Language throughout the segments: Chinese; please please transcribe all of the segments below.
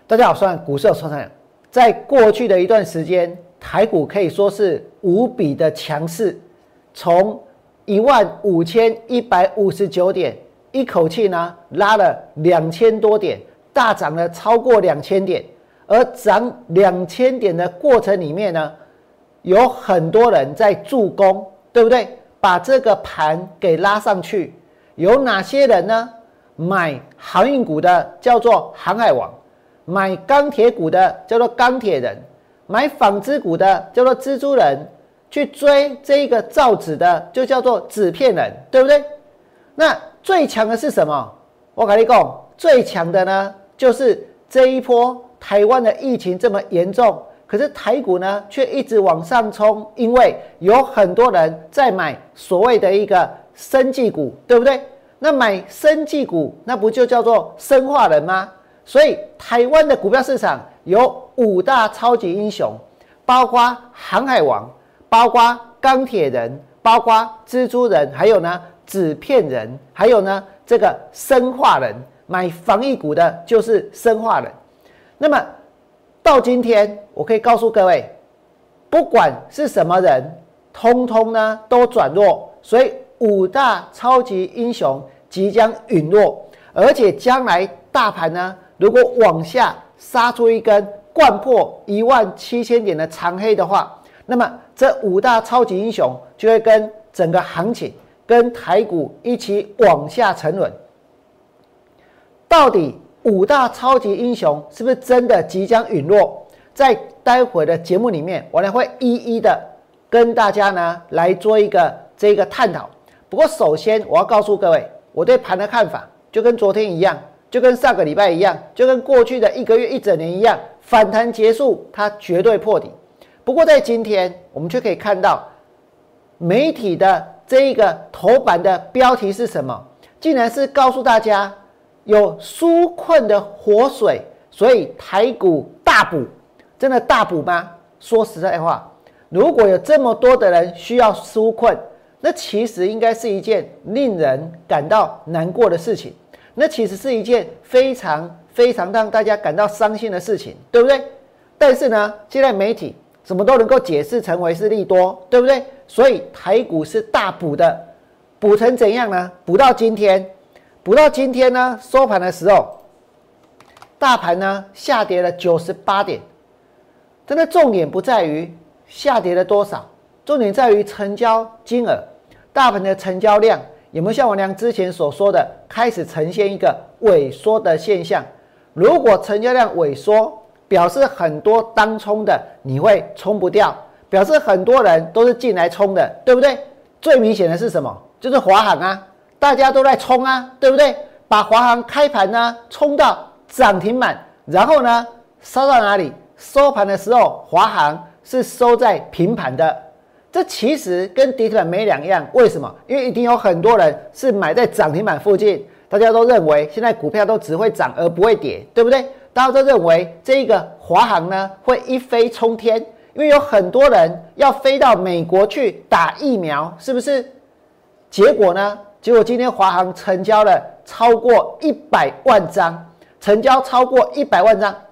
大家好，我是股市有创业。在过去的一段时间，台股可以说是无比的强势，从15159点，一口气呢拉了2000多点，大涨了超过2000点。而涨2000点的过程里面呢，有很多人在助攻，对不对？把这个盘给拉上去。有哪些人呢？买航运股的叫做航海王，买钢铁股的叫做钢铁人，买纺织股的叫做蜘蛛人，去追这个造纸的就叫做纸片人，对不对？那最强的是什么？我跟你讲，最强的呢，就是这一波台湾的疫情这么严重，可是台股呢却一直往上冲，因为有很多人在买所谓的一个生技股，对不对？那买生技股，那不就叫做生化人吗？所以台湾的股票市场有5大超级英雄，包括航海王，包括钢铁人，包括蜘蛛人，还有呢纸片人，还有呢这个生化人。买防疫股的就是生化人。那么到今天，我可以告诉各位，不管是什么人，通通呢都转弱，所以5大超级英雄即将陨落，而且将来大盘呢，如果往下杀出一根掼破17000点的长黑的话，那么这5大超级英雄就会跟整个行情、跟台股一起往下沉沦。到底5大超级英雄是不是真的即将陨落？在待会的节目里面，我会一一的跟大家呢来做这个探讨。不过首先我要告诉各位，我对盘的看法就跟昨天一样，就跟上个礼拜一样，就跟过去的1个月1整年一样，反弹结束它绝对破底。不过在今天我们却可以看到媒体的这一个头版的标题是什么？竟然是告诉大家有纾困的活水，所以台股大补。真的大补吗？说实在话，如果有这么多的人需要纾困，那其实应该是一件令人感到难过的事情，那其实是一件非常非常让大家感到伤心的事情，对不对？但是呢，现在媒体什么都能够解释成为是利多，对不对？所以台股是大补的，补成怎样呢？补到今天呢，收盘的时候，大盘呢下跌了98点。真的重点不在于下跌了多少，重点在于成交金额。大盘的成交量有没有像我娘之前所说的，开始呈现一个萎缩的现象？如果成交量萎缩，表示很多当冲的你会冲不掉，表示很多人都是进来冲的，对不对？最明显的是什么？就是华航啊，大家都在冲啊，对不对？把华航开盘呢冲到涨停板，然后呢烧到哪里？收盘的时候，华航是收在平盘的。这其实跟跌停板没两样，为什么？因为一定有很多人是买在涨停板附近，大家都认为现在股票都只会涨而不会跌，对不对？大家都认为这个华航呢会一飞冲天，因为有很多人要飞到美国去打疫苗，是不是？结果呢？结果今天华航成交了超过100万张，成交超过100万张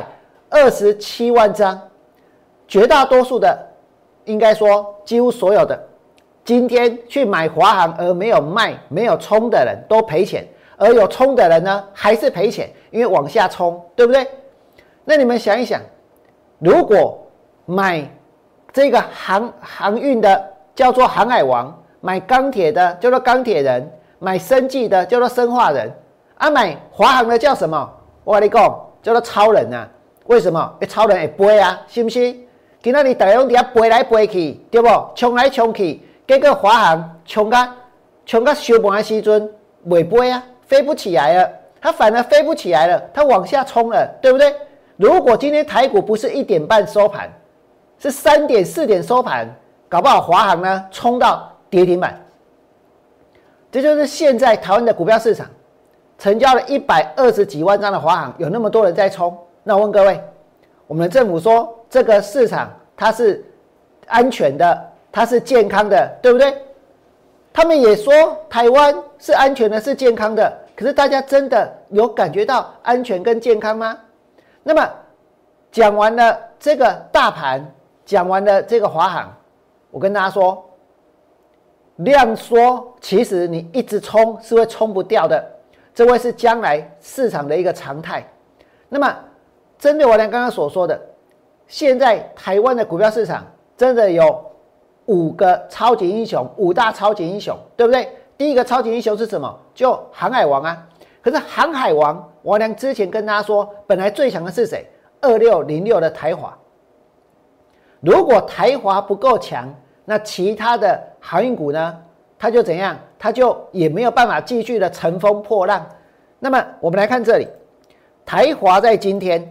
，127万张，绝大多数的。应该说，几乎所有的今天去买华航而没有卖、没有冲的人都赔钱，而有冲的人呢还是赔钱，因为往下冲，对不对？那你们想一想，如果买这个航运的叫做航海王，买钢铁的叫做钢铁人，买生技的叫做生化人，买华航的叫什么？我跟你讲，叫做超人啊！为什么？超人会飞啊，是不是？今仔日大家拢伫遐飞来飞去，对不？冲来冲去，结果华航冲到收盘的时阵袂飞啊，飞不起来了，它反而飞不起来了，它往下冲了，对不对？如果今天台股不是1点半收盘，是3点4点收盘，搞不好华航呢冲到跌停板。这就是现在台湾的股票市场，成交了120几万张的华航，有那么多人在冲。那我问各位，我们的政府说这个市场它是安全的，它是健康的，对不对？他们也说台湾是安全的，是健康的，可是大家真的有感觉到安全跟健康吗？ 那么讲完了这个大盘，讲完了这个华航，我跟大家说，量缩其实你一直冲是会冲不掉的，这会是将来市场的一个常态。那么针对我刚刚所说的，现在台湾的股票市场真的有5个超级英雄，5大超级英雄，对不对？第一个超级英雄是什么？就航海王啊。可是航海王，我娘之前跟大家说，本来最强的是谁？2606的台华。如果台华不够强，那其他的航运股呢？它就怎样？它就也没有办法继续的乘风破浪。那么我们来看这里，台华在今天，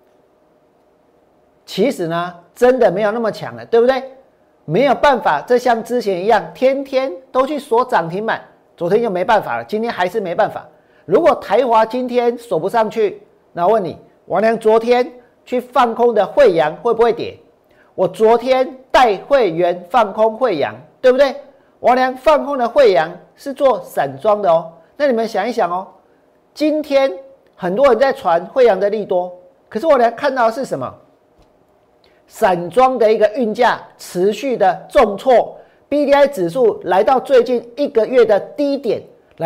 其实呢，真的没有那么强了，对不对？没有办法，这像之前一样，天天都去锁涨停板，昨天就没办法了，今天还是没办法。如果台华今天锁不上去，那我问你，王良昨天去放空的慧洋会不会跌？我昨天带会员放空慧洋，对不对？王良放空的慧洋是做散装的哦。那你们想一想哦，今天很多人在传慧洋的利多，可是我俩看到的是什么？散装的一个运价持续的重挫 ，BDI 指数来到最近1个月的低点，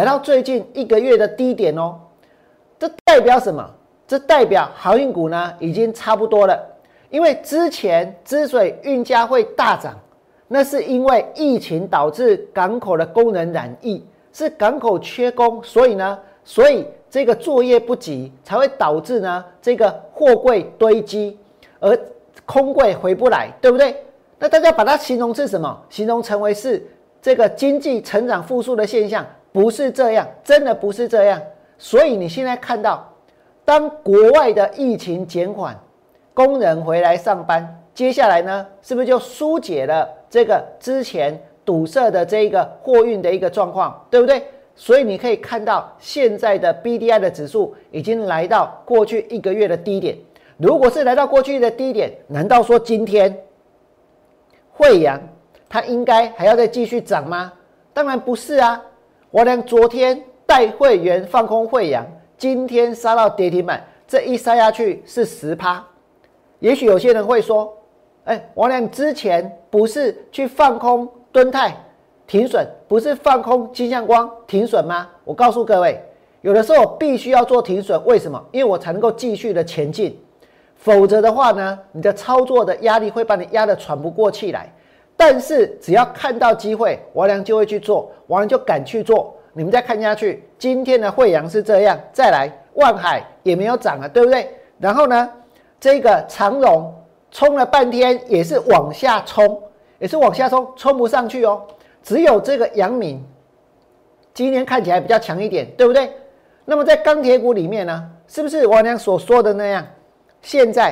哦。这代表什么？这代表航运股呢已经差不多了。因为之前之所以运价会大涨，那是因为疫情导致港口的工人染疫，是港口缺工，所以这个作业不及，才会导致呢这个货柜堆积，而空柜回不来，对不对？那大家把它形容是什么？形容成为是这个经济成长复苏的现象，不是这样，真的不是这样。所以你现在看到，当国外的疫情减缓，工人回来上班，接下来呢，是不是就疏解了这个之前堵塞的这个货运的一个状况，对不对？所以你可以看到现在的 BDI 的指数已经来到过去1个月的低点。如果是来到过去的低点，难道说今天慧洋它应该还要再继续涨吗？当然不是啊！我俩昨天带会员放空慧洋，今天杀到跌停板，这一杀下去是10%。也许有些人会说，王良之前不是去放空敦泰停损，不是放空金相光停损吗？我告诉各位，有的时候我必须要做停损，为什么？因为我才能够继续的前进，否则的话呢，你的操作的压力会把你压得喘不过气来。但是只要看到机会，王良就会去做，王良就敢去做。你们再看下去，今天的慧洋是这样，再来万海也没有涨了，对不对？然后呢，这个长荣冲了半天也是往下冲，冲不上去哦。只有这个阳明今天看起来比较强一点，对不对？那么在钢铁股里面呢，是不是王良所说的那样？现在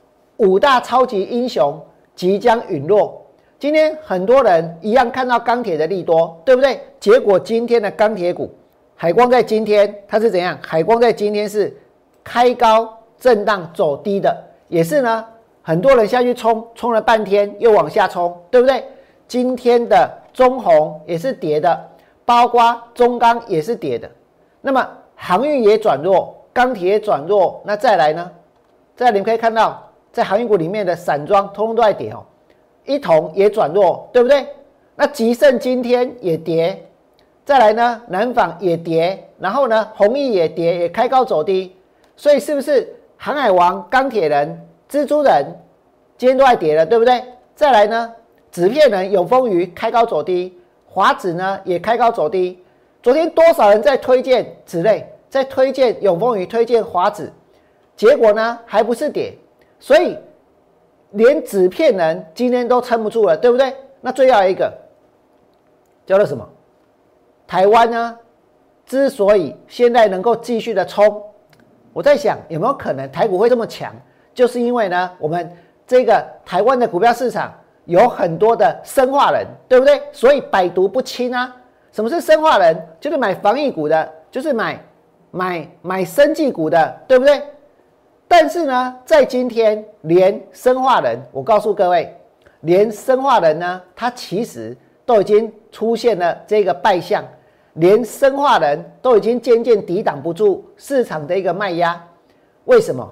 5大超级英雄即将陨落。今天很多人一样看到钢铁的利多，对不对？结果今天的钢铁股，海光在今天它是怎样？海光在今天是开高震荡走低的，也是呢，很多人下去冲了半天又往下冲，对不对？今天的中鸿也是跌的，包括中钢也是跌的。那么航运也转弱，钢铁也转弱，那再来呢？再来你们可以看到，在航运股里面的散装通通都在跌哦。一铜也转弱，对不对？那集盛今天也跌，再来呢，南纺也跌，然后呢，弘毅也跌，也开高走低，所以是不是航海王、钢铁人、蜘蛛人今天都在跌了，对不对？再来呢，纸片人、永丰余开高走低，华指呢也开高走低。昨天多少人在推荐纸类，在推荐永丰余、推荐华指，结果呢还不是跌，所以连纸片人今天都撑不住了，对不对？那最后一个叫做什么？台湾呢，之所以现在能够继续的冲，我在想有没有可能台股会这么强，就是因为呢，我们这个台湾的股票市场有很多的生化人，对不对？所以百毒不侵啊。什么是生化人？就是买防疫股的，就是买生技股的，对不对？但是呢，在今天，连生化人，我告诉各位，连生化人呢，它其实都已经出现了这个败相，连生化人都已经渐渐抵挡不住市场的一个卖压。为什么？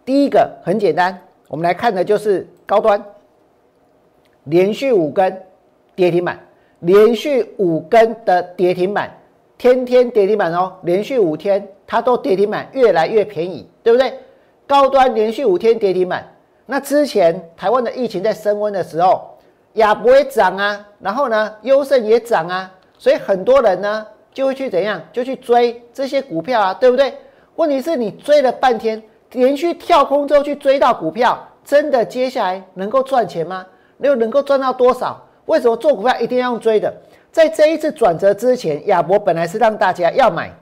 第一个很简单，我们来看的就是高端，连续5根跌停板，连续5根的跌停板，天天跌停板哦，连续5天它都跌停板，越来越便宜，对不对？高端连续5天跌停板，那之前台湾的疫情在升温的时候，亚博也涨啊，然后呢，优胜也涨啊，所以很多人呢就会去怎样，就去追这些股票啊，对不对？问题是你追了半天，连续跳空之后去追到股票，真的接下来能够赚钱吗？又能够赚到多少？为什么做股票一定要用追的？在这一次转折之前，亚博本来是让大家要买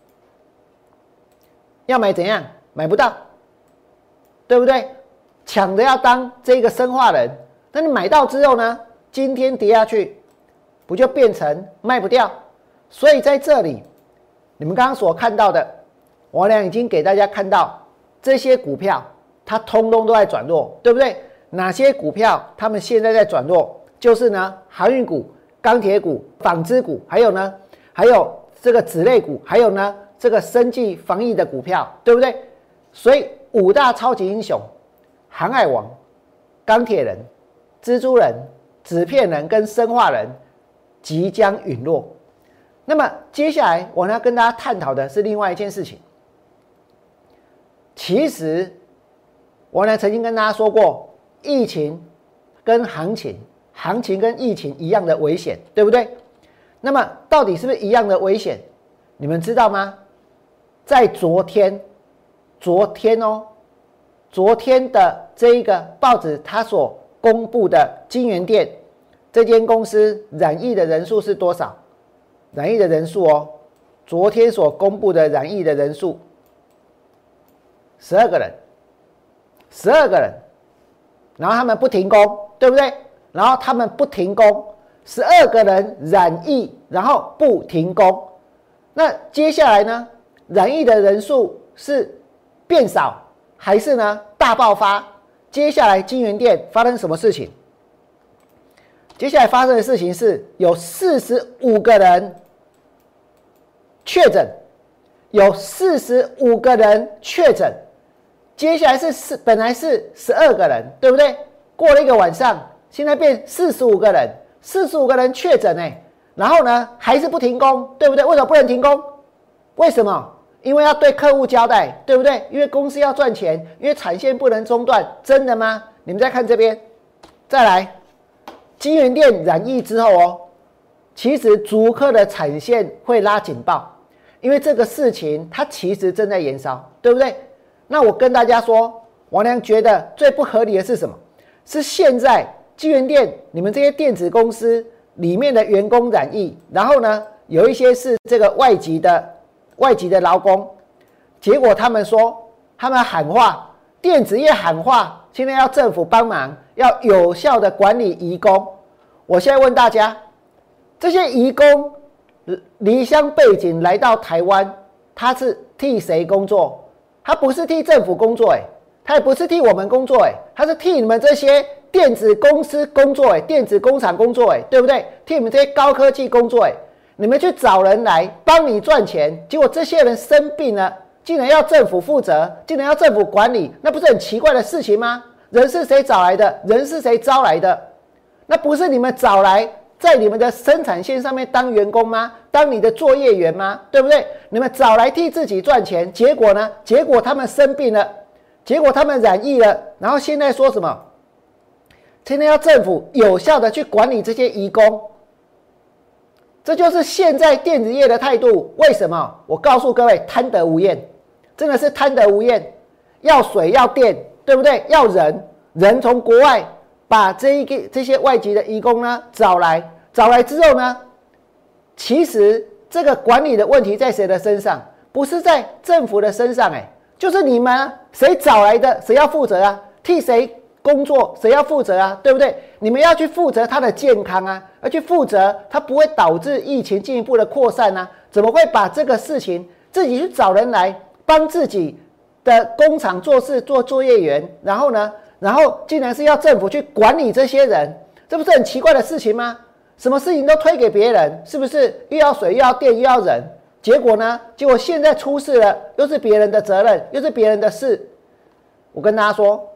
怎样？买不到，对不对？抢着要当这个生化人，那你买到之后呢？今天跌下去，不就变成卖不掉？所以在这里，你们刚刚所看到的，王良已经给大家看到这些股票，它通通都在转弱，对不对？哪些股票他们现在在转弱？就是呢，航运股、钢铁股、纺织股，还有这个纸类股，还有呢这个生技防疫的股票，对不对？所以5大超级英雄，航海王、钢铁人、蜘蛛人、纸片人跟生化人即将陨落。那么接下来我要跟大家探讨的是另外一件事情。其实我曾经跟大家说过，疫情跟行情跟疫情一样的危险，对不对？那么到底是不是一样的危险？你们知道吗？在昨天的这一个报纸它所公布的金源店这间公司染疫的人数是多少？染疫的人数哦，昨天所公布的染疫的人数12个人，12个人，然后他们不停工，对不对？然后他们不停工，12个人染疫，然后不停工。那接下来呢？染疫的人数是变少，还是呢大爆发？接下来金源店发生什么事情？接下来发生的事情是有45个人确诊，有45个人确诊。接下来是本来是12个人，对不对？过了一个晚上，现在变45个人，45个人确诊然后呢还是不停工，对不对？为什么不能停工？为什么？因为要对客户交代，对不对？因为公司要赚钱，因为产线不能中断。真的吗？你们再看这边，再来，金源店染疫之后哦，其实竹科的产线会拉警报，因为这个事情它其实正在延烧，对不对？那我跟大家说，王良觉得最不合理的是什么？是现在金源店你们这些电子公司里面的员工染疫，然后呢有一些是这个外籍的劳工，结果他们说，他们喊话，电子业喊话，现在要政府帮忙，要有效的管理移工。我现在问大家，这些移工离乡背景来到台湾，他是替谁工作？他不是替政府工作他也不是替我们工作他是替你们这些电子公司工作电子工厂工作对不对？替你们这些高科技工作你们去找人来帮你赚钱，结果这些人生病了，竟然要政府负责，竟然要政府管理，那不是很奇怪的事情吗？人是谁找来的？人是谁招来的？那不是你们找来在你们的生产线上面当员工吗？当你的作业员吗？对不对？你们找来替自己赚钱，结果呢？结果他们生病了，结果他们染疫了，然后现在说什么？现在要政府有效的去管理这些移工，这就是现在电子业的态度。为什么？我告诉各位，贪得无厌，真的是贪得无厌。要水要电，对不对？要人从国外把这些外籍的移工呢找来之后呢，其实这个管理的问题在谁的身上？不是在政府的身上就是你们谁找来的，谁要负责啊？替谁工作，谁要负责啊？对不对？你们要去负责他的健康啊，要去负责他不会导致疫情进一步的扩散啊？怎么会把这个事情自己去找人来帮自己的工厂做事，做作业员，然后竟然是要政府去管理这些人，这不是很奇怪的事情吗？什么事情都推给别人，是不是？又要水又要电又要人，结果呢？结果现在出事了，又是别人的责任，又是别人的事。 我跟大家说，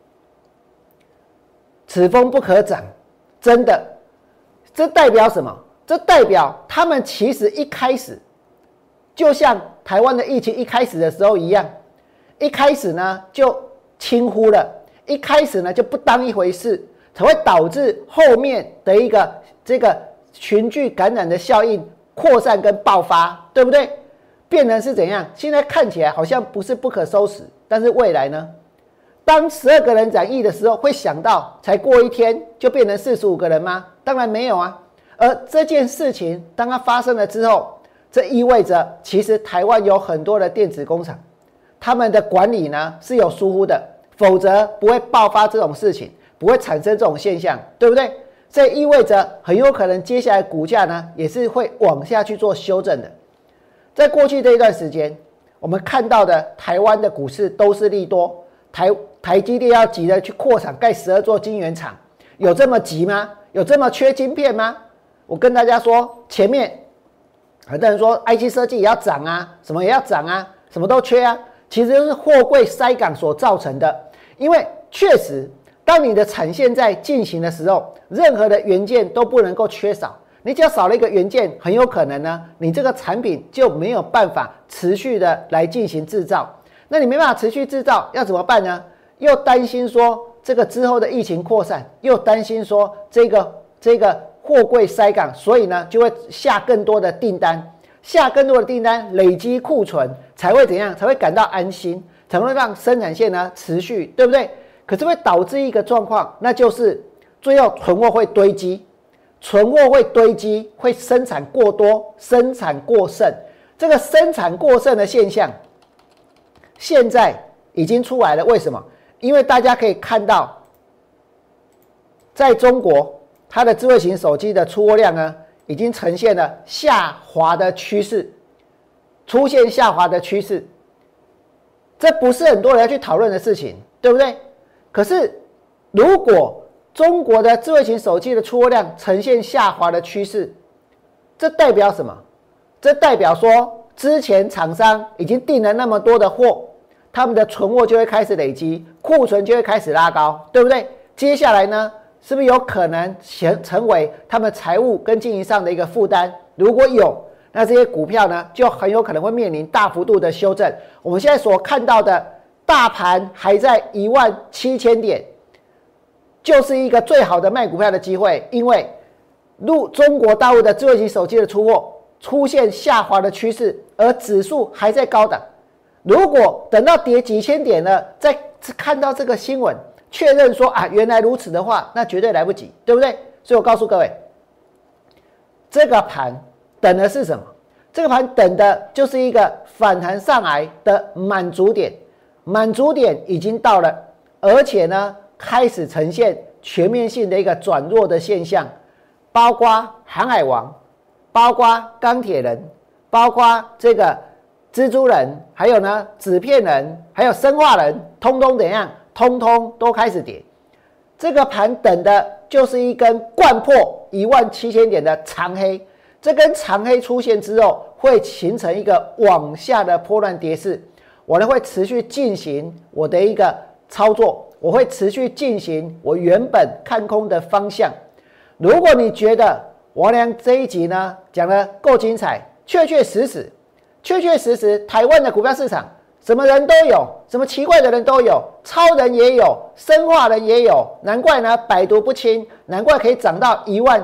此风不可长，真的，这代表什么？这代表他们其实一开始就像台湾的疫情一开始的时候一样，一开始呢就轻忽了，一开始呢就不当一回事，才会导致后面的一个这个群聚感染的效应扩散跟爆发，对不对？变成是怎样？现在看起来好像不是不可收拾，但是未来呢？当12个人染疫的时候，会想到才过一天就变成45个人吗？当然没有啊。而这件事情当它发生了之后，这意味着其实台湾有很多的电子工厂，他们的管理呢是有疏忽的，否则不会爆发这种事情，不会产生这种现象，对不对？这意味着很有可能接下来股价呢也是会往下去做修正的。在过去这一段时间，我们看到的台湾的股市都是利多，台积电要急着去扩厂盖12座晶圆厂，有这么急吗？有这么缺晶片吗？我跟大家说，前面很多人说 IC 设计也要涨啊，什么也要涨啊，什么都缺啊，其实就是货柜塞港所造成的。因为确实，当你的产线在进行的时候，任何的元件都不能够缺少。你只要少了一个元件，很有可能呢，你这个产品就没有办法持续的来进行制造。那你没办法持续制造，要怎么办呢？又担心说这个之后的疫情扩散，又担心说这个货柜塞港，所以呢就会下更多的订单，下更多的订单，累积库存才会怎样？才会感到安心，才会让生产线呢持续，对不对？可是会导致一个状况，那就是最后存货会堆积，存货会堆积，会生产过多，生产过剩。这个生产过剩的现象，现在已经出来了。为什么？因为大家可以看到，在中国，它的智慧型手机的出货量呢，已经呈现了下滑的趋势，出现下滑的趋势。这不是很多人要去讨论的事情，对不对？可是，如果中国的智慧型手机的出货量呈现下滑的趋势，这代表什么？这代表说，之前厂商已经订了那么多的货，他们的存货就会开始累积，库存就会开始拉高，对不对？接下来呢，是不是有可能成为他们财务跟经营上的一个负担？如果有，那这些股票呢，就很有可能会面临大幅度的修正。我们现在所看到的大盘还在17000点，就是一个最好的卖股票的机会，因为中国大陆的智慧型手机的出货出现下滑的趋势，而指数还在高档。如果等到跌几千点了，再看到这个新闻，确认说啊原来如此的话，那绝对来不及，对不对？所以我告诉各位，这个盘等的是什么？这个盘等的就是一个反弹上来的满足点，满足点已经到了，而且呢开始呈现全面性的一个转弱的现象，包括航海王，包括钢铁人，包括这个蜘蛛人，还有呢纸片人，还有生化人，通通怎样？通通都开始跌。这个盘等的就是一根掼破17000点的长黑。这根长黑出现之后，会形成一个往下的波段跌势。我呢会持续进行我的一个操作，我会持续进行我原本看空的方向。如果你觉得王良这一集呢讲得够精彩，确确实实台湾的股票市场什么人都有，什么奇怪的人都有，超人也有，生化人也有，难怪呢百毒不侵，难怪可以涨到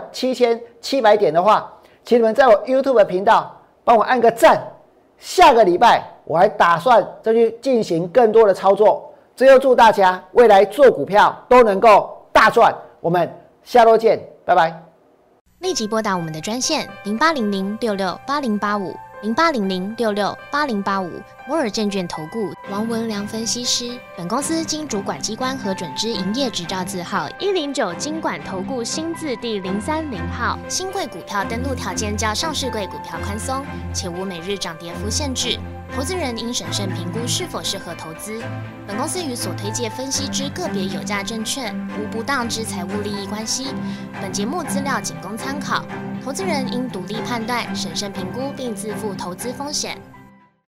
17700点的话，请你们在我 YouTube 频道帮我按个赞。下个礼拜我还打算再去进行更多的操作。最后祝大家未来做股票都能够大赚。我们下周见，拜拜。 立即拨打我们的专线0800668085。0800668085，摩尔证券投顾王文良分析师。本公司经主管机关核准之营业执照字号109金管投顾新字第030号。新贵股票登录条件较上市贵股票宽松，且无每日涨跌幅限制。投资人应审慎评估是否适合投资。本公司与所推介分析之个别有价证券无不当之财务利益关系。本节目资料仅供参考，投资人应独立判断、审慎评估并自负投资风险。